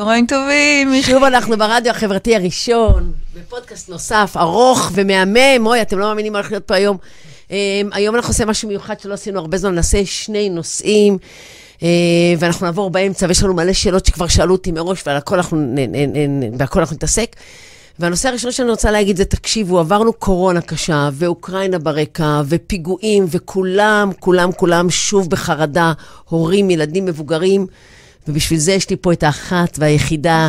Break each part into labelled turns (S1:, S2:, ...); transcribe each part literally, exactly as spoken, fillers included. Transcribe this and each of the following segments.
S1: צהריים טובים.
S2: שוב אנחנו ברדיו החברתי הראשון, בפודקאסט נוסף, ארוך ומהמם. אוי, אתם לא מאמינים מה הולך להיות פה היום. היום אנחנו עושים משהו מיוחד שלא עשינו הרבה זמן, נעשה שני נושאים, ואנחנו נעבור באמצע, ויש לנו מלא שאלות שכבר שאלו אותי מראש, והכל אנחנו, והכל אנחנו נתעסק. והנושא הראשון שאני רוצה להגיד זה, תקשיבו, עברנו קורונה קשה, ואוקראינה ברקע, ופיגועים, וכולם, כולם, כולם שוב בחרדה, הורים, ילדים, מבוגרים, ובשביל זה יש לי פה את האחת והיחידה,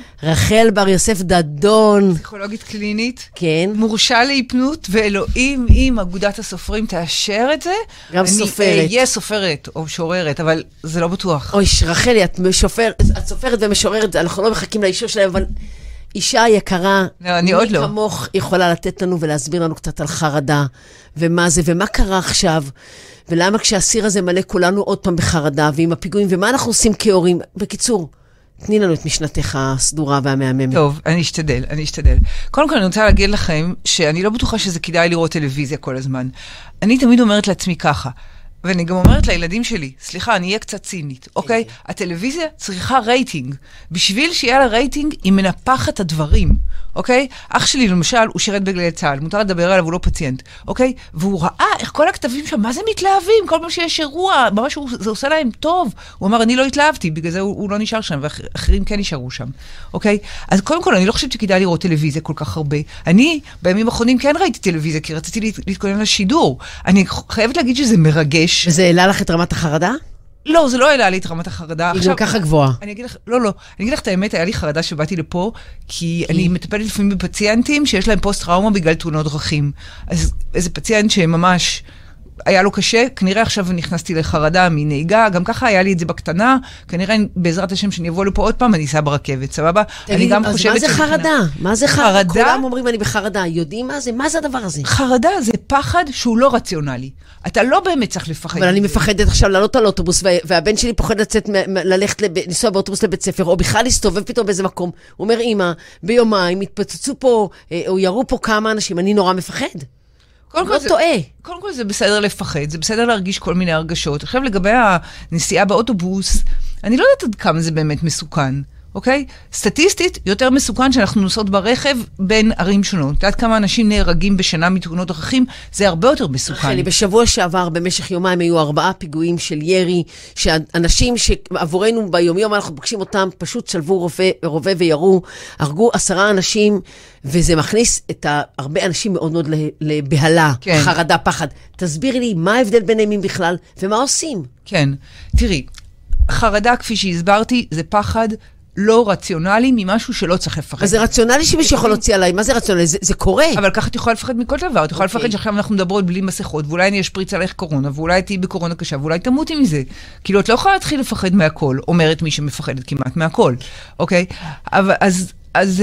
S2: רחל בר יוסף דדון.
S1: פסיכולוגית קלינית.
S2: כן.
S1: מורשה להיפנות, ואלוהים, אם אגודת הסופרים תאשר את זה,
S2: גם
S1: אני
S2: סופרת.
S1: אהיה סופרת או משוררת, אבל זה לא בטוח.
S2: אוי, רחלי, את, משופר, את סופרת ומשוררת, אנחנו לא מחכים לאישור שלהם, אבל אישה יקרה,
S1: לא, אני עוד לא.
S2: מי כמוך יכולה לתת לנו ולהסביר לנו קצת על חרדה, ומה זה, ומה קרה עכשיו, ולמה כשהסיר הזה מלא כולנו עוד פעם בחרדה, ועם הפיגועים, ומה אנחנו עושים כהורים. בקיצור, תני לנו את משנתך הסדורה והמהממת.
S1: טוב, אני אשתדל, אני אשתדל. קודם כל אני רוצה להגיד לכם, שאני לא בטוחה שזה כדאי לראות טלוויזיה כל הזמן. אני תמיד אומרת לעצמי ככה, ואני גם אומרת לילדים שלי, סליחה, אני אהיה קצת צינית, אוקיי? הטלוויזיה צריכה רייטינג. בשביל שיהיה לה רייטינג, היא מנפחת את הדברים, אוקיי? אח שלי, למשל, הוא שירת בגלי צה"ל, מותר לדבר עליו, הוא לא פציינט, אוקיי? והוא ראה איך כל הכתבים שם, מה זה מתלהבים? כל פעם שיש אירוע, ממש זה עושה להם טוב. הוא אמר, אני לא התלהבתי, בגלל זה הוא, הוא לא נשאר שם, ואחרים כן נשארו שם, אוקיי? אז קודם כל, אני לא חושבת שכדאי לראות טלוויזיה כל כך הרבה. אני, בימים האחרונים כן ראיתי טלוויזיה, כי רציתי להתכונן לשידור. אני חייבת להגיד שזה מרגש.
S2: וזה העלה לך את רמת החרדה?
S1: לא, זה לא העלה לי את רמת החרדה.
S2: היא גם ככה גבוהה.
S1: אני אגיד לך, לא, לא. אני אגיד לך את האמת, היה לי חרדה שבאתי לפה, כי אני מטפלת לפעמים בפציינטים שיש להם פוסט-טראומה בגלל תאונות דרכים. אז איזה פציינט שממש היה לו קשה, כנראה עכשיו נכנסתי לחרדה מנהיגה, גם ככה היה לי את זה בקטנה, כנראה בעזרת השם שאני אבוא לפה עוד פעם, אני אסע ברכבת, סבבה? אני גם חושבת...
S2: אז מה זה חרדה? מה זה חרדה? כולם אומרים אני בחרדה, יודעים מה זה? מה זה הדבר הזה?
S1: חרדה זה פחד שהוא לא רציונלי. אתה לא באמת צריך לפחד.
S2: אבל אני מפחדת עכשיו לעלות על אוטובוס, והבן שלי פוחד לצאת, ללכת, לנסוע באוטובוס לבית ספר, או בכלל להסתובב פתאום באיזה מקום. הוא אומר, אמא, ביומיים התפוצצו פה, או ירו פה כמה אנשים, אני נורא מפחד. קודם כל, זה,
S1: קודם כל זה בסדר לפחד, זה בסדר להרגיש כל מיני הרגשות. עכשיו לגבי הנסיעה באוטובוס, אני לא יודעת עד כמה זה באמת מסוכן, אוקיי? סטטיסטית יותר מסוכן שאנחנו נוסעות ברכב בין ערים שונות. יודעת כמה אנשים נהרגים בשנה מתאונות דרכים, זה הרבה יותר מסוכן.
S2: אחרי, בשבוע שעבר, במשך יומיים, היו ארבעה פיגועים של ירי, שאנשים שעבורנו ביומיום אנחנו פוגשים אותם, פשוט שלבו רובה, רובה וירו, הרגו עשרה אנשים, וזה מכניס את הרבה אנשים מאוד מאוד לבהלה, כן. חרדה, פחד. תסבירי לי מה ההבדל ביניהם בכלל, ומה עושים?
S1: כן, תראי, חרדה, כפי שהסברתי, זה פחד לא רציונלי ממשהו שלא צריך לפחד.
S2: אז זה רציונלי שמישהו יכול להוציא עליי, מה זה רציונלי? זה, זה קורה.
S1: אבל ככה את יכולה לפחד מכל דבר, את יכולה okay. לפחד שעכשיו אנחנו מדברות בלי מסכות, ואולי אני אשפריץ עליך קורונה, ואולי תהיי בקורונה קשה, ואולי תמותי מזה. כאילו, את לא יכולה להתחיל לפחד מהכל, אומרת מי שמפחדת כמעט מהכל, אוקיי? אבל, אז... אז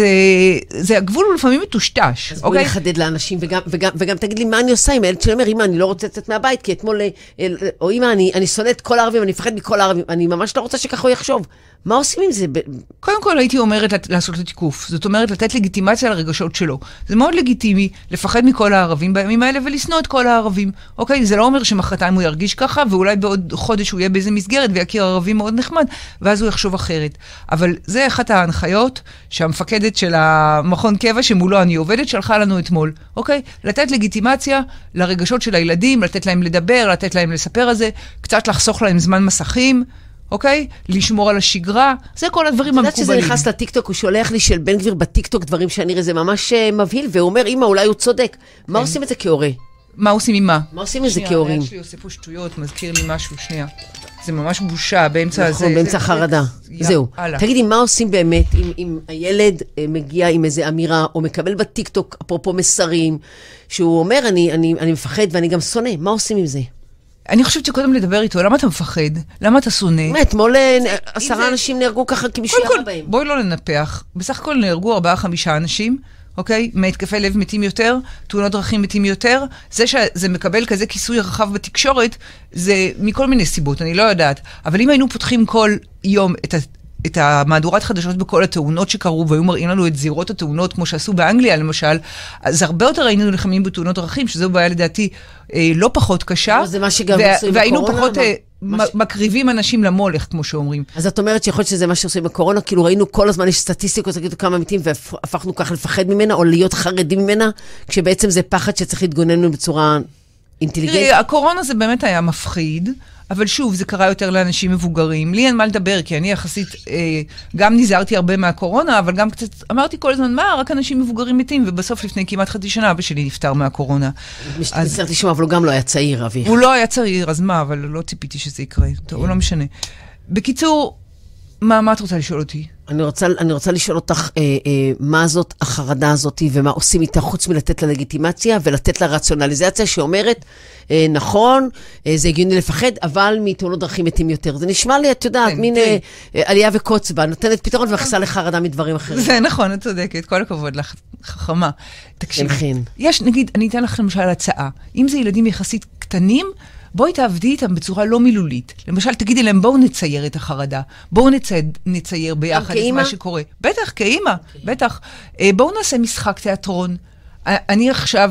S1: זה הגבול הוא לפעמים מטושטש.
S2: אז בואי לחדד לאנשים, וגם, וגם, וגם תגיד לי מה אני עושה עם הילד שלי אומר, אמא, אני לא רוצה לצאת מהבית, כי אתמול, או אמא, אני, אני שונא את כל הערבים, אני מפחד מכל הערבים, אני ממש לא רוצה שככה הוא יחשוב. מה עושים עם זה?
S1: קודם כל הייתי אומרת לעשות לתיקוף, זאת אומרת לתת לגיטימציה לרגשות שלו. זה מאוד לגיטימי לפחד מכל הערבים בימים האלה ולסנוע את כל הערבים. אוקיי, זה לא אומר שמחרתיים הוא ירגיש ככה, ואולי בעוד חודש הוא יהיה באיזה מסגרת ויכיר ערבים מאוד נחמד, ואז הוא יחשוב אחרת. אבל זה אחת ההנחיות שהמפקדת של המכון קבע שמולו אני עובדת שלחה לנו אתמול. אוקיי? לתת לגיטימציה לרגשות של הילדים, לתת להם לדבר, לתת להם לספר על זה, קצת לחסוך להם זמן מסכים. אוקיי? לשמור על השגרה, זה כל הדברים המקובלים.
S2: את יודעת שזה נכנס לטיקטוק, הוא שולח לי של בן גביר בטיקטוק דברים שאני רואה, זה ממש מבהיל, והוא אומר, אמא, אולי הוא צודק. מה עושים את זה כהורה?
S1: מה עושים עם מה?
S2: מה עושים את זה כהורים?
S1: שנייה, יש לי עושה פה שטויות, מזכיר לי משהו, שנייה. זה ממש בושה, באמצע הזה.
S2: נכון, באמצע חרדה. זהו. תגידי, מה עושים באמת אם הילד מגיע עם איזו אמירה, או מקבל בטיקטוק, אפרופו מסרים, שהוא אומר, אני מפחד ואני גם שונא. מה עושים עם זה?
S1: אני חושבת שקודם לדבר איתו, למה אתה מפחד? למה אתה שונא?
S2: מה, אתמול עשרה אנשים נהרגו ככה כי מישהו ירה בהם.
S1: בואי לא לנפח. בסך הכל נהרגו ארבעה חמישה אנשים, אוקיי? מהתקפי לב מתים יותר, תאונות דרכים מתים יותר. זה שזה מקבל כזה כיסוי רחב בתקשורת, זה מכל מיני סיבות, אני לא יודעת. אבל אם היינו פותחים כל יום את את המהדורת חדשות בכל התאונות שקרו, והיו מראים לנו את זירות התאונות, כמו שעשו באנגליה למשל, אז הרבה יותר היינו נלחמים בתאונות דרכים, שזו בעיה לדעתי אה, לא פחות קשה.
S2: זה מה שגם
S1: וה,
S2: עושים
S1: והיינו
S2: בקורונה,
S1: פחות אה,
S2: מה...
S1: מקריבים אנשים למולך, כמו שאומרים.
S2: אז את אומרת שיכול להיות שזה מה שעושים בקורונה, כאילו ראינו כל הזמן יש סטטיסטיקות, תגידו כמה מתים, והפכנו ככה לפחד ממנה, או להיות חרדים ממנה, כשבעצם זה פחד שצריך להתגונן בצורה אינטליגנטית.
S1: תראי, הקורונה זה באמת היה מפחיד, אבל שוב, זה קרה יותר לאנשים מבוגרים. לי אין מה לדבר, כי אני יחסית, אה, גם נזהרתי הרבה מהקורונה, אבל גם קצת, אמרתי כל הזמן, מה, רק אנשים מבוגרים מתים, ובסוף לפני כמעט חצי שנה, אבא שלי נפטר מהקורונה.
S2: מצטערתי לשמוע, אבל הוא גם לא היה צעיר, אביך.
S1: הוא לא היה צעיר, אז מה, אבל לא ציפיתי שזה יקרה. טוב, הוא לא משנה. בקיצור, מה, מה את רוצה לשאול אותי?
S2: אני רוצה, אני רוצה לשאול אותך, אה, אה, מה זאת החרדה הזאת, ומה עושים איתה חוץ מלתת לה לגיטימציה, ולתת לה רציונליזציה שאומרת, אה, נכון, אה, זה הגיוני לפחד, אבל מתאונות דרכים מתים יותר. זה נשמע לי, את יודעת,
S1: כן,
S2: מין
S1: כן.
S2: אה, אה, עלייה וקוץ בה, נותנת פתרון ומכסה לחרדה מדברים אחרים.
S1: זה נכון, את צודקת, כל הכבוד לך, חכמה. תקשיב,
S2: כן, כן.
S1: יש, נגיד, אני אתן לך למשל הצעה. אם זה ילדים יחסית קטנים, בואי תעבדי איתם בצורה לא מילולית. למשל, תגידי להם, בואו נצייר את החרדה. בואו נצייר, נצייר ביחד את מה שקורה. בטח, כאימא, בטח. בואו נעשה משחק תיאטרון. אני עכשיו,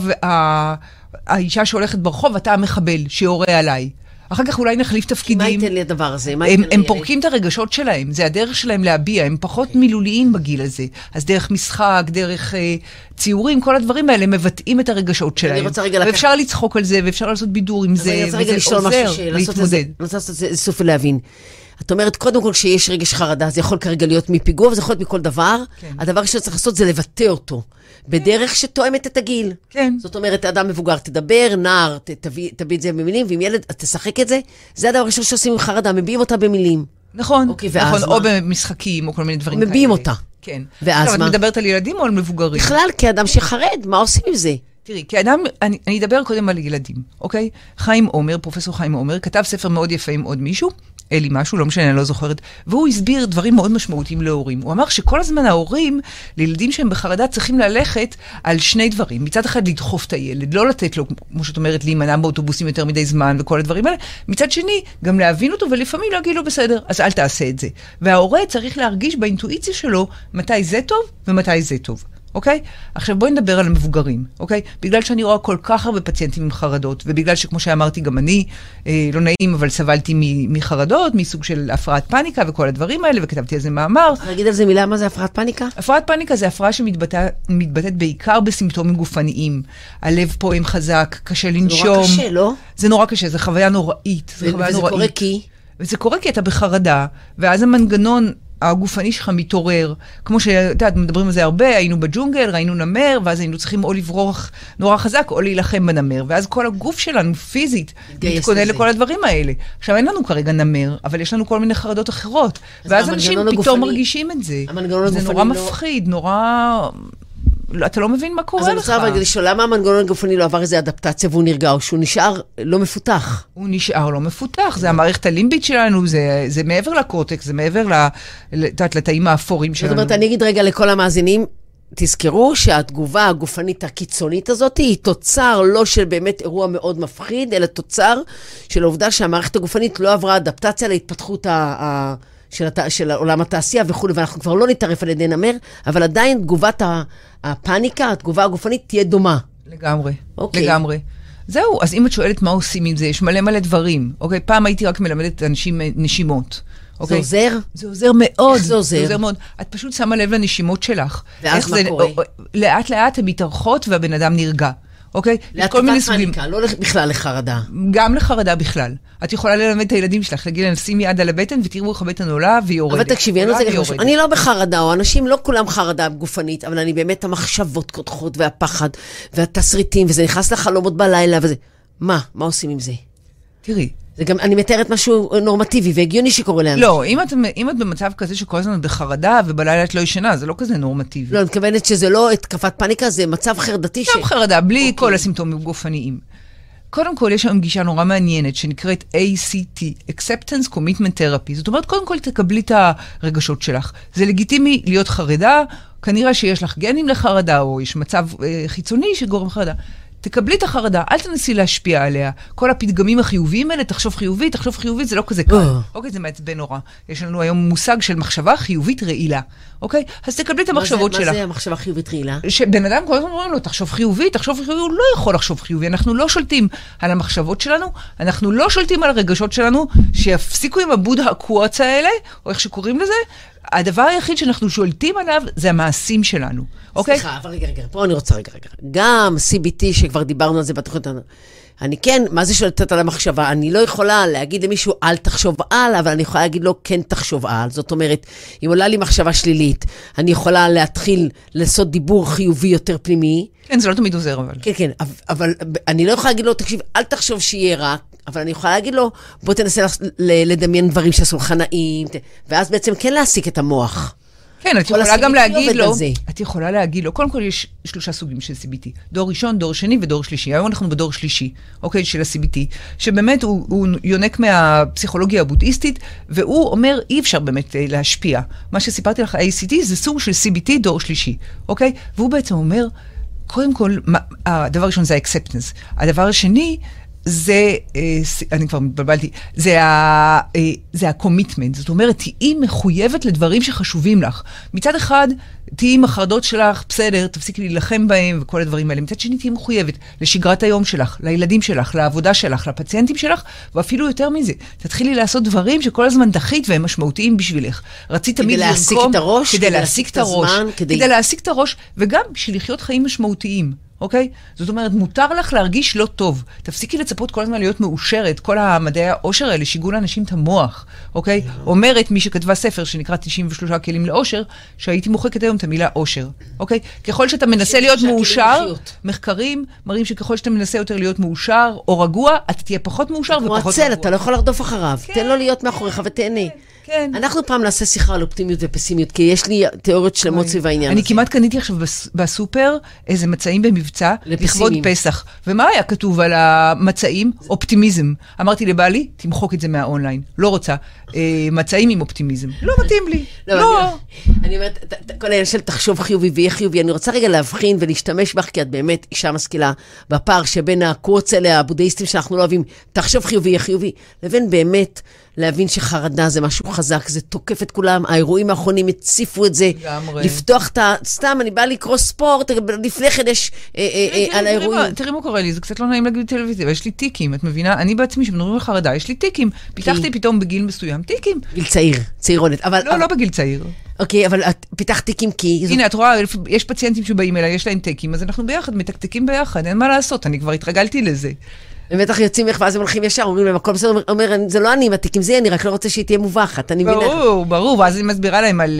S1: האישה שהולכת ברחוב, אתה המחבל שיורה עליי. אחר כך אולי נחליף תפקידים.
S2: מה ייתן לי הדבר הזה?
S1: הם, הם פורקים את הרגשות שלהם, זה הדרך שלהם להביע, הם פחות מילוליים בגיל הזה. אז דרך משחק, דרך אה, ציורים, כל הדברים האלה מבטאים את הרגשות שלהם.
S2: אני רוצה רגע לקחת...
S1: ואפשר לצחוק על זה, ואפשר לעשות בידור עם זה, וזה עוזר להתמודד.
S2: אני רוצה לעשות את זה סוף ולהבין. את אומרת, קודם כל, כשיש רגש חרדה, זה יכול כרגע להיות מפיגוע, וזה יכול להיות מכל דבר. כן. הדבר שצריך לעשות זה לבטא אותו, בדרך שתואמת את הגיל. כן. זאת אומרת, אדם מבוגר תדבר, נער, תביא, תביא את זה במילים, ואם ילד, תשחק את זה, זה הדבר ראשון שעושים עם חרדה, מביאים אותה במילים.
S1: נכון,
S2: אוקיי,
S1: נכון,
S2: מה?
S1: או במשחקים, או כל מיני דברים כאלה.
S2: מביאים אותה.
S1: כן.
S2: ואז
S1: עכשיו,
S2: מה?
S1: את מדברת על ילדים או על מבוגרים?
S2: בכלל, כאדם שחרד, מה עושים עם זה?
S1: תראי, כאדם, אני, אני אדבר קודם על ילדים, אוקיי? חיים עומר, פרופסור חיים עומר, כתב ספר מאוד יפה עם עוד מישהו, אלי משהו, לא משנה, אני לא זוכרת, והוא הסביר דברים מאוד משמעותיים להורים. הוא אמר שכל הזמן ההורים, לילדים שהם בחרדה, צריכים ללכת על שני דברים. מצד אחד, לדחוף את הילד, לא לתת לו, כמו שאת אומרת, להימנע באוטובוסים יותר מדי זמן וכל הדברים האלה. מצד שני, גם להבין אותו ולפעמים להגיד לו בסדר, אז אל תעשה את זה. וההורה צריך להרגיש באינטואיציה שלו מתי זה טוב ומתי זה טוב. אוקיי? עכשיו בואי נדבר על המבוגרים, אוקיי? בגלל שאני רואה כל כך הרבה פציינטים עם חרדות, ובגלל שכמו שאמרתי גם אני, אה, לא נעים, אבל סבלתי מחרדות, מסוג של הפרעת פאניקה וכל הדברים האלה, וכתבתי על זה מאמר.
S2: נגיד על זה מילה, מה זה הפרעת פאניקה?
S1: הפרעת פאניקה זה הפרעה שמתבטאת בעיקר בסימפטומים גופניים. הלב פועם חזק, קשה לנשום. זה
S2: נורא קשה, לא?
S1: זה נורא קשה, זה חוויה נוראית.
S2: זה חוויה נוראית. וזה קורה כי?
S1: וזה קורה כי אתה בחרדה, ואז המנגנון הגופני שלך מתעורר, כמו שאתה יודעת, מדברים על זה הרבה, היינו בג'ונגל, ראינו נמר, ואז היינו צריכים או לברוח נורא חזק, או להילחם בנמר, ואז כל הגוף שלנו פיזית מתכונן לכל הדברים האלה. עכשיו אין לנו כרגע נמר, אבל יש לנו כל מיני חרדות אחרות, ואז אנשים פתאום מרגישים את זה. זה נורא מפחיד, נורא... אתה לא מבין מה קורה לך.
S2: אז אני רוצה אבל לשאול, למה המנגנון הגופני לא עבר איזה אדפטציה והוא נרגע, או שהוא נשאר לא מפותח?
S1: הוא נשאר לא מפותח, זה המערכת הלימבית שלנו, זה, זה מעבר לקורטקס, זה מעבר לתאים האפורים שלנו. זאת אומרת,
S2: אני אגיד רגע לכל המאזינים, תזכרו שהתגובה הגופנית הקיצונית הזאת היא תוצר לא של באמת אירוע מאוד מפחיד, אלא תוצר של העובדה שהמערכת הגופנית לא עברה אדפטציה להתפתחות ה... של, הת... של עולם התעשייה וכו', ואנחנו כבר לא נתערף על ידי נמר, אבל עדיין תגובת הפאניקה, התגובה הגופנית תהיה דומה.
S1: לגמרי, okay. לגמרי. זהו, אז אם את שואלת מה עושים עם זה, יש מלא מלא דברים. אוקיי, פעם הייתי רק מלמדת אנשים נשימות.
S2: זה עוזר?
S1: זה עוזר מאוד.
S2: איך זה עוזר?
S1: זה עוזר מאוד. את פשוט שמה לב לנשימות שלך.
S2: ואז מה קורה?
S1: לאט לאט הן מתארכות והבן אדם נרגע. אוקיי?
S2: להתקפת פאניקה, לא בכלל לחרדה.
S1: גם לחרדה בכלל. את יכולה ללמד את הילדים שלך, להגיד להם, שימי יד על הבטן ותראו איך הבטן עולה והיא יורדת.
S2: אבל תקשיבי, אני רוצה להגיד משהו. אני לא בחרדה, או אנשים לא כולם חרדה גופנית, אבל אני באמת המחשבות קודחות והפחד והתסריטים, וזה נכנס לחלומות בלילה וזה. מה? מה עושים עם זה?
S1: תראי.
S2: זה גם, אני מתארת משהו נורמטיבי והגיוני שקורה לאנשים.
S1: לא, אם את, אם את במצב כזה שכל הזמן בחרדה ובלילה את לא ישנה, זה לא כזה נורמטיבי.
S2: לא, אני מתכוונת שזה לא התקפת פאניקה, זה מצב חרדתי
S1: מצב ש... חרדה, בלי כל הסימפטומים גופניים. קודם כל, יש שם גישה נורא מעניינת שנקראת איי סי טי, Acceptance Commitment Therapy. זאת אומרת, קודם כל תקבלי את הרגשות שלך. זה לגיטימי להיות חרדה, כנראה שיש לך גנים לחרדה, או יש מצב אה, חיצוני שגורם חרדה. תקבלי את החרדה, אל תנסי להשפיע עליה. כל הפתגמים החיוביים האלה, תחשוב חיובית, תחשוב חיובית, זה לא כזה קל. אוקיי, זה מעצבן נורא. יש לנו היום מושג של מחשבה חיובית רעילה. אוקיי? אז תקבלי את המחשבות שלך.
S2: מה זה המחשבה חיובית רעילה?
S1: שבן אדם כל הזמן אומרים לו, תחשוב חיובית, תחשוב חיובית, הוא לא יכול לחשוב חיובי. אנחנו לא שולטים על המחשבות שלנו, אנחנו לא שולטים על הרגשות שלנו, שיפסיקו עם הבוד הקווץ האלה, או איך שקוראים לזה. הדבר היחיד שאנחנו שולטים עליו, זה המעשים שלנו. אוקיי?
S2: סליחה, אבל רגע, רגע, פה אני רוצה רגע, רגע. גם סי בי טי, שכבר דיברנו על זה בתוכנית, אני כן, מה זה שולטת על המחשבה? אני לא יכולה להגיד למישהו, אל תחשוב על, אבל אני יכולה להגיד לו, כן תחשוב על. זאת אומרת, אם עולה לי מחשבה שלילית, אני יכולה להתחיל לעשות דיבור חיובי יותר פנימי.
S1: כן, זה לא תמיד עוזר, אבל.
S2: כן, כן, אבל אני לא יכולה להגיד לו, תקשיב, אל תחשוב שיהיה רע, אבל אני יכולה להגיד לו, בוא תנסה לדמיין דברים שעשו לך נעים, ואז בעצם כן להסיק את המוח.
S1: כן, את יכולה גם להגיד לו, את יכולה להגיד לו, קודם כל יש שלושה סוגים של סי בי טי, דור ראשון, דור שני ודור שלישי. היום אנחנו בדור שלישי, אוקיי, של ה-סי בי טי, שבאמת הוא, הוא יונק מהפסיכולוגיה הבודהיסטית, והוא אומר, אי אפשר באמת להשפיע. מה שסיפרתי לך, ה-איי סי טי זה סוג של סי בי טי דור שלישי, אוקיי? והוא בעצם אומר, קודם כל, הדבר הראשון זה ה-acceptance. הדבר השני, זה, אני כבר מתבלבלתי, זה ה-commitment. זאת אומרת, תהיי מחויבת לדברים שחשובים לך. מצד אחד, תהיי עם החרדות שלך, בסדר, תפסיקי להילחם בהם וכל הדברים האלה. מצד שני, תהיי מחויבת לשגרת היום שלך, לילדים שלך, לעבודה שלך, לפציינטים שלך, ואפילו יותר מזה. תתחילי לעשות דברים שכל הזמן דחית והם משמעותיים בשבילך. רצית תמיד לרקום,
S2: כדי להשיג את הראש,
S1: כדי להשיג את הראש, כדי להשיג את הראש, וגם בשביל לחיות חיים משמעותיים. אוקיי? זאת אומרת, מותר לך להרגיש לא טוב. תפסיקי לצפות כל הזמן להיות מאושרת. כל המדעי האושר האלה שיגעו לאנשים את המוח. אוקיי? אומרת מי שכתבה ספר שנקרא תשעים ושלושה כלים לאושר, שהייתי מוחקת היום את המילה אושר. אוקיי? ככל שאתה מנסה להיות מאושר, מחקרים מראים שככל שאתה מנסה יותר להיות מאושר או רגוע, אתה תהיה פחות מאושר ופחות רגוע.
S2: כמו הצל, אתה לא יכול לרדוף אחריו. תן לו להיות מאחוריך ותהנה.
S1: כן.
S2: אנחנו פעם נעשה שיחה על אופטימיות ופסימיות, כי יש לי תיאוריות שלמות סביב העניין הזה.
S1: אני כמעט קניתי עכשיו בסופר איזה מצעים במבצע, לכבוד פסח. ומה היה כתוב על המצעים? אופטימיזם. אמרתי לבעלי, תמחוק את זה מהאונליין. לא רוצה. מצעים עם אופטימיזם. לא מתאים לי. לא.
S2: אני אומרת, כל העניין של תחשוב חיובי ויהיה חיובי, אני רוצה רגע להבחין ולהשתמש בך, כי את באמת אישה משכילה בפער שבין הקורץ האלה, הבודהיסטים שאנחנו לא אוהבים, תחשוב חיובי, יהיה חיובי, לבין באמת להבין שחרדה זה משהו חזק, זה תוקף את כולם, האירועים האחרונים הציפו את זה, לפתוח את ה... סתם, אני באה לקרוא ספורט, לפני כן יש על האירועים.
S1: תראי מה קורה לי, זה קצת לא נעים להגיד בטלוויזיה, ויש לי טיקים, את מבינה? אני בעצמי שמדברים על חרדה, יש לי טיקים. פיתחתי פתאום בגיל מסוים, טיקים.
S2: גיל צעיר, צעירונת.
S1: לא, לא בגיל צעיר.
S2: אוקיי, אבל את פיתחת טיקים כי...
S1: הנה, את רואה, יש פציינטים שבאים אליי, יש להם טיקים, אז אנחנו ביחד, מתקתקים ביחד, אין מה לעשות, אני כבר התרגלתי לזה.
S2: הם בטח יוצאים איך, ואז הם הולכים ישר, אומרים להם, הכל בסדר, אומר, זה לא אני עם התיקים, זה אני רק לא רוצה שהיא תהיה מובחת, אני מבינה.
S1: ברור, ברור, ואז אני מסבירה להם על,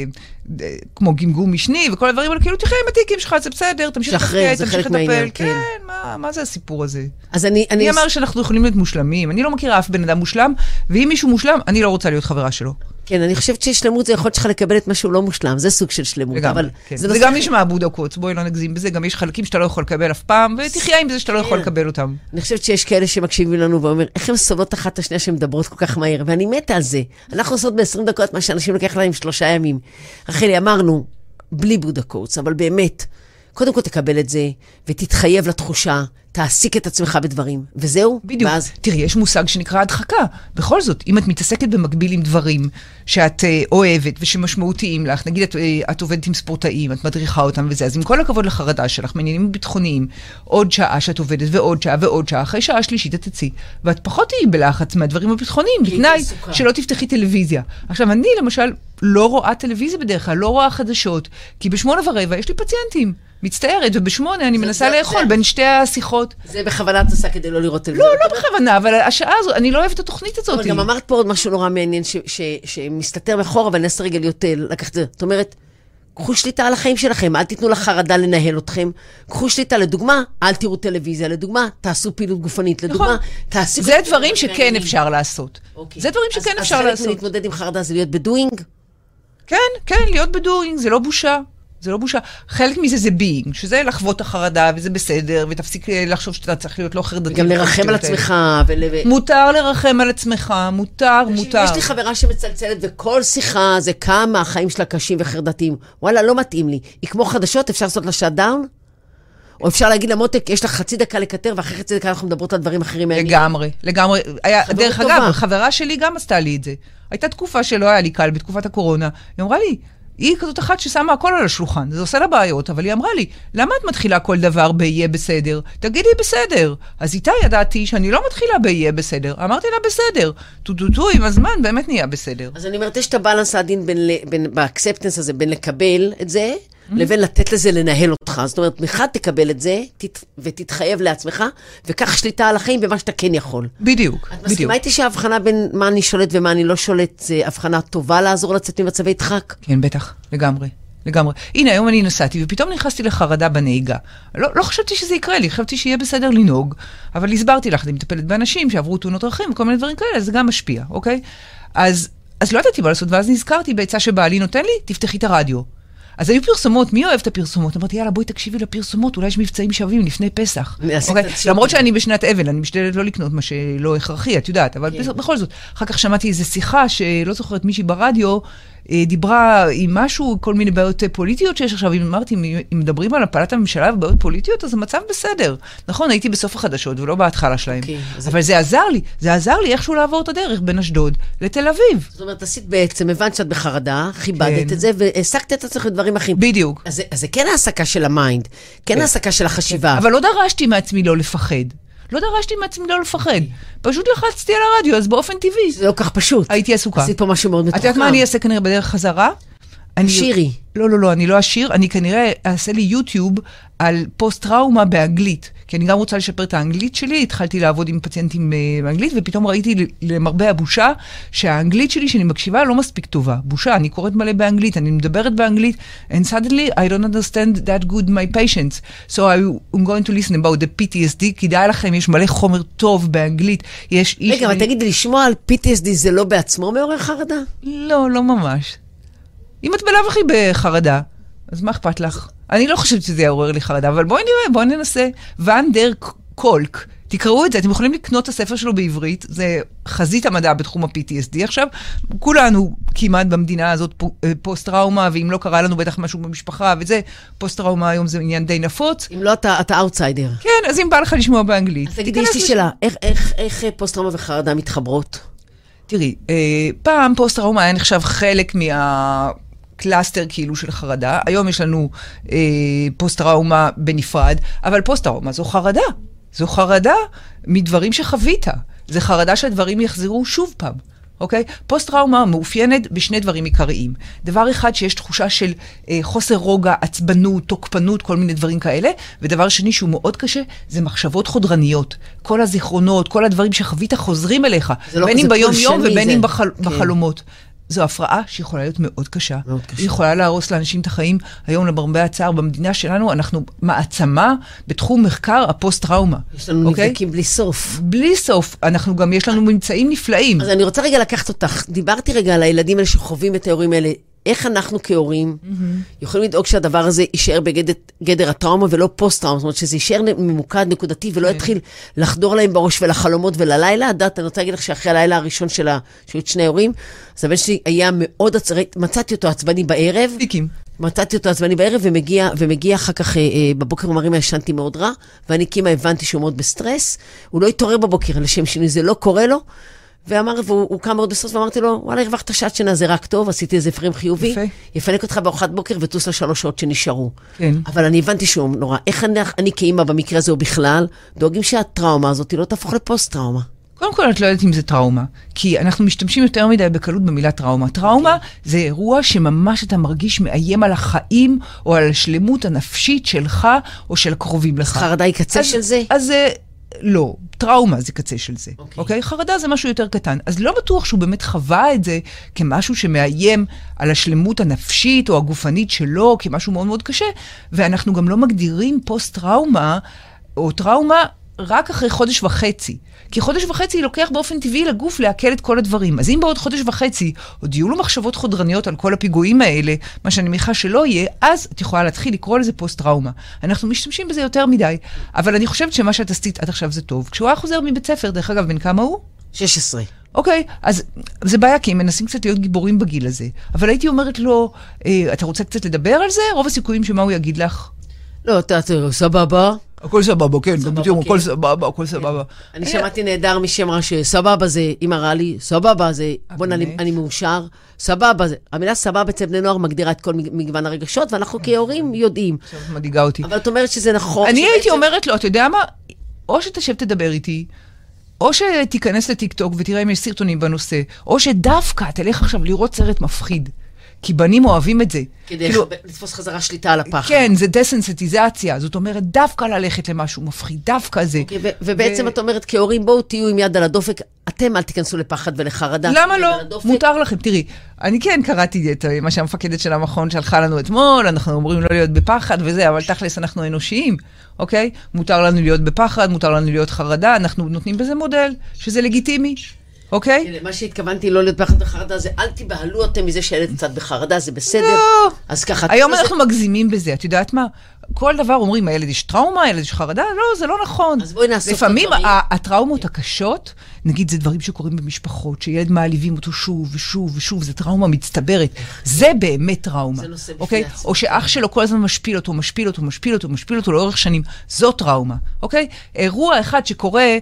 S1: כמו גמגום משני, וכל הדברים האלה, כאילו, תחיה עם התיקים שלך, זה בסדר, תמשיך לתפקד, תמשיך לטפל, כן, מה זה הסיפור הזה?
S2: אז אני...
S1: אני אמר שאנחנו יכולים להיות מושלמים, אני לא מכירה אף בן אדם מושלם, ואם מישהו מושלם, אני לא רוצה להיות חברה שלו.
S2: כן, אני חושבת ששלמות זה יכול שלך לקבל את משהו לא מושלם, זה סוג של שלמות, אבל...
S1: זה גם נשמע בודה קוץ, בואי לא נגזים בזה, גם יש חלקים שאתה לא יכול לקבל אף פעם, ותחיה עם זה שאתה לא יכול לקבל אותם.
S2: אני חושבת שיש כאלה שמקשיבים לנו ואומר, איך הם סובלות אחת השנייה שהן מדברות כל כך מהר, ואני מתה על זה. אנחנו עושות ב-עשרים דקות מה שאנשים לוקח להם שלושה ימים. רחלי, אמרנו, בלי בודה קוץ, אבל באמת, קודם כל תקבל את זה, ותתחייב לתחושה, תעסיק את עצמך בדברים, וזהו.
S1: בדיוק. ואז... תראי, יש מושג שנקרא הדחקה. בכל זאת, אם את מתעסקת במקביל עם דברים שאת uh, אוהבת ושמשמעותיים לך, נגיד את, uh, את עובדת עם ספורטאים, את מדריכה אותם וזה, אז עם כל הכבוד לחרדה שלך, מעניינים ביטחוניים, עוד שעה שאת עובדת ועוד שעה ועוד שעה, אחרי שעה שלישית את תצאי, ואת פחות תהיי בלחץ מהדברים הביטחוניים, בתנאי שלא תפתחי טלוויזיה. עכשיו, אני למשל לא רואה טלוויזיה בדרך כלל, לא רואה חדשות, כי בשמונה ורבע יש לי פציינטים. מצטערת, ובשמונה אני מנסה לאכול בין שתי השיחות.
S2: זה בכוונה את עושה כדי לא לראות טלוויזיה?
S1: לא, לא בכוונה, אבל השעה הזו, אני לא אוהבת את התוכנית הזאת.
S2: אבל גם אמרת פה עוד משהו נורא מעניין, שמסתתר מאחור, אבל נס רגע להיות לקחת את זה. זאת אומרת, קחו שליטה על החיים שלכם, אל תיתנו לחרדה לנהל אתכם. קחו שליטה, לדוגמה, אל תראו טלוויזיה, לדוגמה, תעשו פעילות גופנית, לדוגמה, תעשו...
S1: זה דברים שכן אפשר לעשות. זה דברים שכן אפשר לעשות.
S2: אז חלק מלהתמודד עם חרדה זה להיות בדואינג?
S1: כן, כן, להיות בדואינג, זה לא בושה. זה לא בושה. חלק מזה זה ביינג, שזה לחוות החרדה, וזה בסדר, ותפסיק לחשוב שאתה צריך להיות לא חרדתי.
S2: וגם לרחם על עצמך.
S1: מותר לרחם על עצמך, מותר, מותר.
S2: יש לי חברה שמצלצלת, וכל שיחה זה כמה החיים שלה קשים וחרדתיים. וואלה, לא מתאים לי. היא כמו חדשות, אפשר לעשות לה שאט דאון? או אפשר להגיד למותק, יש לך חצי דקה לקטר, ואחרי חצי דקה אנחנו מדברות על דברים אחרים.
S1: לגמרי, לגמרי. דרך אגב, חברה שלי גם עשתה לי את זה. הייתה תקופה שלא היה לי קל, בתקופת הקורונה. היא אמרה לי, היא כזאת אחת ששמה הכל על השולחן, זה עושה לה בעיות, אבל היא אמרה לי, למה את מתחילה כל דבר ביהיה בסדר? תגידי בסדר. אז איתה ידעתי שאני לא מתחילה ביהיה בסדר. אמרתי לה בסדר. טו-טו-טו, עם הזמן באמת נהיה בסדר.
S2: אז אני אומרת, יש את הבאלנס העדין באקספטנס הזה, בין לקבל את זה, לבין לתת לזה לנהל אותך. זאת אומרת, מחד תקבל את זה, ותתחייב לעצמך, וכך שליטה על החיים במה שאתה כן יכול.
S1: בדיוק,
S2: בדיוק. את מסכימה איתי שההבחנה בין מה אני שולט ומה אני לא שולט, זה הבחנה טובה לעזור לצאת ממצבי דחק?
S1: כן, בטח, לגמרי, לגמרי. הנה, היום אני נסעתי, ופתאום נכנסתי לחרדה בנהיגה. לא, לא חשבתי שזה יקרה לי, חשבתי שיהיה בסדר לנהוג, אבל הסברתי לך, אני מטפלת באנשים שעברו תאונות דרכים, וכל מיני דברים כאלה, זה גם משפיע, אוקיי? אז, אז לא ידעתי מה לעשות, ואז נזכרתי בעצה שבעלי נותן לי, תפתחי את הרדיו. אז היו פרסומות, מי אוהב את הפרסומות? אמרתי, יאללה, בואי תקשיבי לפרסומות, אולי יש מבצעים שווים לפני פסח. אוקיי? למרות שאני בשנת אבל, אני משתדלת לא לקנות מה שלא הכרחי, את יודעת, אבל בכל זאת. אחר כך שמעתי איזו שיחה שלא זוכרת מישהי ברדיו, דיברה עם משהו, כל מיני בעיות פוליטיות שיש עכשיו, אם אמרתי, אם מדברים על הפלת הממשלה ובעיות פוליטיות, אז המצב בסדר. נכון, הייתי בסוף החדשות ולא בהתחלה שלהם. אבל זה עזר לי, זה עזר לי איכשהו לעבור את הדרך בין אשדוד לתל אביב.
S2: זאת אומרת, עשית בעצם, הבנת שאת בחרדה, כיבדת את זה, והעסקת את עצמך לדברים אחרים.
S1: בדיוק.
S2: אז זה כן העסקה של המיינד, כן העסקה של החשיבה.
S1: אבל לא דרשתי מעצמי לא לפחד. לא דרשתי מעצמי לא לפחד. פשוט לחצתי על הרדיו, אז באופן טבעי.
S2: זה לא כך פשוט.
S1: הייתי עסוקה.
S2: עשית פה משהו מאוד מתוחכם.
S1: את יודעת מה אני אעשה כנראה בדרך חזרה?
S2: שירי.
S1: לא, לא, לא, אני לא אשיר. אני כנראה אעשה לי יוטיוב על פוסט-טראומה באנגלית. כי אני גם רוצה לשפר את האנגלית שלי. התחלתי לעבוד עם פציינטים באנגלית, ופתאום ראיתי למרבה הבושה שהאנגלית שלי, שאני מקשיבה, לא מספיק טובה. בושה, אני קוראת מלא באנגלית, אני מדברת באנגלית, and suddenly I don't understand that good my patients. So I'm going to listen about the פי טי אס די. כדאי לכם, יש מלא חומר טוב באנגלית. יש איש...
S2: רגע, אבל תגידי, לשמוע על פי טי אס די זה לא בעצמו מעורר חרדה?
S1: לא, לא ממש. אם את בלב הכי בחרדה, אז מה אכפת לך? אני לא חושבת שזה יעורר לי חרדה, אבל בואי נראה, בואי ננסה. ואן דר קולק, תקראו את זה, אתם יכולים לקנות את הספר שלו בעברית, זה חזית המדע בתחום ה-פי טי אס די. עכשיו, כולנו כמעט במדינה הזאת פוסט-טראומה, ואם לא קרה לנו בטח משהו במשפחה, וזה, פוסט-טראומה היום זה עניין די נפוץ.
S2: אם לא, אתה, אתה אאוטסיידר.
S1: כן, אז אם בא לך לשמוע באנגלית.
S2: אז תגידי, יש לי שאלה, איך, איך, איך פוסט-טראומה וחרדה מתחברות?
S1: תראי, פעם פוסט-טראומה היה נחשב חלק מה... קלאסטר כאילו של חרדה. היום יש לנו אה, פוסט-טראומה בנפרד, אבל פוסט-טראומה זו חרדה. זו חרדה מדברים שחווית. זה חרדה שהדברים יחזרו שוב פעם. אוקיי? פוסט-טראומה מאופיינת בשני דברים עיקריים. דבר אחד שיש תחושה של אה, חוסר רוגע, עצבנות, תוקפנות, כל מיני דברים כאלה, ודבר שני שהוא מאוד קשה, זה מחשבות חודרניות. כל הזיכרונות, כל הדברים שחווית חוזרים אליך,
S2: לא
S1: בין אם ביום יום ובין
S2: זה...
S1: אם בחל...
S2: כן.
S1: בחלומות. זו הפרעה שיכולה להיות מאוד קשה. מאוד קשה. היא יכולה להרוס לאנשים את החיים. היום למרבה הצער במדינה שלנו, אנחנו מעצמה בתחום מחקר הפוסט-טראומה.
S2: יש לנו okay? נבדקים בלי סוף.
S1: בלי סוף. אנחנו גם, יש לנו ממצאים נפלאים.
S2: אז אני רוצה רגע לקחת אותך. דיברתי רגע על הילדים האלה שחווים את האירועים האלה. איך אנחנו כהורים mm-hmm. יכולים לדאוג שהדבר הזה יישאר בגדר גדר הטראומה ולא פוסט-טראומה, זאת אומרת שזה יישאר ממוקד, נקודתי, ולא okay. יתחיל לחדור להם בראש ולחלומות וללילה. עדת, אני רוצה להגיד לך שאחרי הלילה הראשון של שני הורים, אז הבן שלי היה מאוד עצרית, מצאתי אותו עצבני בערב.
S1: פיקים.
S2: מצאתי אותו עצבני בערב, ומגיע, ומגיע אחר כך, אה, בבוקר אומרים, ישנתי מאוד רע, ואני כימה הבנתי שהוא מאוד בסטרס, הוא לא התעורר בבוקר, לשם שני זה לא קורה לו, ואמר, והוא קם מאוד בסוס, ואמרתי לו, וואלה, הרווחת שעת שינה, זה רק טוב, עשיתי איזה פריים חיובי, יפה. יפנק אותך בארוחת בוקר וטוס לשלוש שעות שנשארו. כן. אבל אני הבנתי שהוא נורא. איך אני, אני כאימא במקרה הזה או בכלל, דואגים שהטראומה הזאת לא תהפוך לפוסט-טראומה.
S1: קודם כל, את לא יודעת אם זה טראומה, כי אנחנו משתמשים יותר מדי בקלות במילה טראומה. טראומה okay. זה אירוע שממש אתה מרגיש מאיים על החיים, או על השלמות הנפשית שלך, או של הקרובים לך.
S2: חרדה היא קצה
S1: אז,
S2: של זה?
S1: אז לא, טראומה זה קצה של זה. אוקיי? Okay. Okay? חרדה זה משהו יותר קטן. אז לא בטוח שהוא באמת חווה את זה כמשהו שמאיים על השלמות הנפשית או הגופנית שלו, כמשהו מאוד מאוד קשה, ואנחנו גם לא מגדירים פוסט-טראומה, או טראומה, רק אחרי חודש וחצי. כי חודש וחצי לוקח באופן טבעי לגוף להקל את כל הדברים. אז אם בעוד חודש וחצי עוד יהיו לו מחשבות חודרניות על כל הפיגועים האלה, מה שאני מניחה שלא יהיה, אז את יכולה להתחיל לקרוא לזה פוסט-טראומה. אנחנו משתמשים בזה יותר מדי. אבל אני חושבת שמה שאת עשית עד עכשיו זה טוב. כשהוא היה חוזר מבית ספר, דרך אגב, בן כמה הוא?
S2: שש עשרה.
S1: אוקיי, אז זה בעיה, כי הם מנסים קצת להיות גיבורים בגיל הזה. אבל הייתי אומרת לו, אתה רוצה קצת לדבר על זה? רוב הסיכויים שמה הוא יגיד לך?
S2: לא, אתה, סבבה.
S1: הכל סבבה, כן, בדיוק, הכל סבבה, הכל סבבה.
S2: אני שמעתי נהדר מי שאמרה שסבבה זה, היא מראה לי, סבבה זה, בוא נעלי, אני מאושר, סבבה זה. המילה סבבה אצל בני נוער מגדירה את כל מגוון הרגשות, ואנחנו כהורים יודעים.
S1: עכשיו את מדאיגה אותי.
S2: אבל את אומרת שזה נכון.
S1: אני הייתי אומרת לו, אתה יודע מה? או שתשב תדבר איתי, או שתיכנס לטיק-טוק ותראה אם יש סרטונים בנושא, או שדווקא תלך עכשיו לראות סרט מפחיד. כי בנים אוהבים את זה.
S2: כדי כאילו, לתפוס חזרה שליטה על הפחד.
S1: כן, זה דסנסיטיזציה. זאת אומרת, דווקא ללכת למשהו מפחיד, דווקא זה.
S2: אוקיי, ו- ובעצם ו- את אומרת, כהורים, בואו תהיו עם יד על הדופק, אתם אל תיכנסו לפחד ולחרדה.
S1: למה לא? מותר לכם. תראי, אני כן קראתי את מה שהמפקדת של המכון שלחה לנו אתמול, אנחנו אומרים לא להיות בפחד וזה, אבל תכלס אנחנו אנושיים, אוקיי? מותר לנו להיות בפחד, מותר לנו להיות חרדה, אנחנו נותנים בזה מודל, שזה לגיטימי. אוקיי?
S2: מה שהתכוונתי לא להיות פחד וחרדה זה, אל תיבהלו אתם מזה שילד קצת בחרדה, זה בסדר.
S1: לא.
S2: אז ככה...
S1: היום אנחנו מגזימים בזה, את יודעת מה? כל דבר אומרים, הילד יש טראומה, הילד יש חרדה, לא, זה לא נכון.
S2: אז בואי נאסוף את
S1: לפעמים הטראומות הקשות, נגיד זה דברים שקורים במשפחות, שילד מעליבים אותו שוב ושוב ושוב, זה טראומה מצטברת. זה באמת טראומה. זה נושא בפני עצמו. או שאח שלו כל הזמן משפיל אותו, משפיל אותו, משפיל אותו, משפיל אותו לאורך שנים. זו טראומה, אוקיי? אירוע אחד שקורה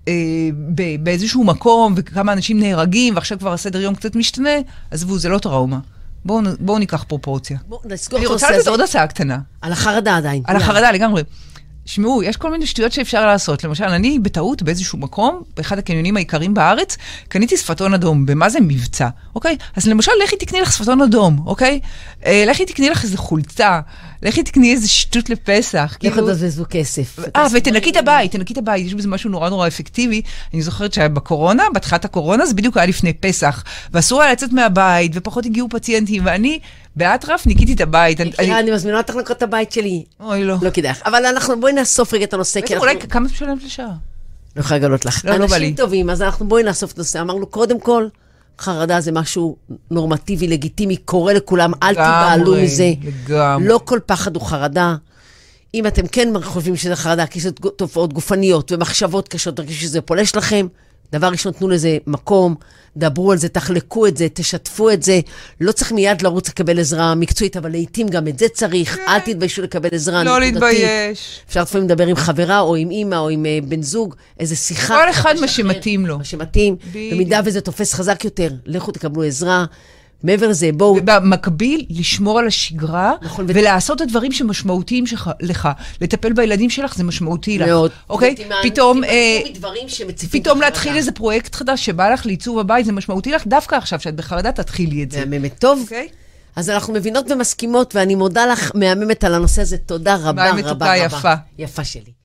S1: באיזשהו מקום, וכמה אנשים נהרגים, ועכשיו כבר הסדר יום קצת משתנה, עזבו, זה לא טראומה. בואו בוא ניקח פרופורציה. אני רוצה לתת עוד הצעה קטנה.
S2: על החרדה עדיין.
S1: על החרדה, לגמרי. שמעו, יש כל מיני שטויות שאפשר לעשות. למשל, אני בטעות באיזשהו מקום, באחד הקניונים העיקריים בארץ, קניתי שפתון אדום. במה זה מבצע? אוקיי? אז למשל, לכי תקני לך שפתון אדום, אוקיי? אה, לכי תקני לך איזה חולצה, לכי תקני איזה שטות לפסח.
S2: לכו תבזבזו כסף.
S1: אה, ותנקי את הבית, תנקי את הבית. יש בזה משהו נורא נורא אפקטיבי. אני זוכרת שבקורונה, בתחילת הקורונה, זה בדיוק היה לפני פסח, ואסור היה לצאת מהבית, ופחות הגיעו פציינטים, ואני באטרף ניקיתי את הבית.
S2: אני מזמינה אותך לנקות את הבית שלי.
S1: אוי, לא.
S2: לא כדאי. אבל אנחנו בואי נאסוף רגע את הנושא.
S1: אולי כמה משלמת לשעה?
S2: לא יכולה לגלות לך. אנשים טובים, אז אנחנו בואי נאסוף את הנושא. אמרנו, קודם כל, חרדה זה משהו נורמטיבי, לגיטימי, קורא לכולם, אל תיבהלו מזה. לא כל פחד הוא חרדה. אם אתם כן חושבים שזה חרדה, כי זה תופעות גופניות ומחשבות קשות, תרגישו שזה פולש לכם, דבר ראשון, תנו לזה מקום, דברו על זה, תחלקו את זה, תשתפו את זה. לא צריך מיד לרוץ לקבל עזרה מקצועית, אבל לעתים גם את זה צריך. אל תתביישו לקבל עזרה.
S1: לא להתבייש.
S2: אפשר לפעמים לדבר עם חברה, או עם אמא, או עם בן זוג, איזה שיחה.
S1: כל אחד מה שמתאים לו.
S2: מה שמתאים. במידה וזה תופס חזק יותר, לכו תקבלו עזרה. מעבר לזה, בואו...
S1: ובמקביל, לשמור על השגרה, נכון, ולעשות את הדברים שמשמעותיים שלך, לך. לטפל בילדים שלך, זה משמעותי לך. מאוד. אוקיי? פתאום... אה, פתאום להתחיל איזה פרויקט חדש שבא לך לעיצוב הבית, זה משמעותי לך דווקא עכשיו, שאת בחרדה, תתחילי את זה.
S2: מהממת. טוב. אוקיי? אז אנחנו מבינות ומסכימות, ואני מודה לך מהממת על הנושא הזה. תודה רבה, רבה, רבה.
S1: יפה.
S2: יפה שלי.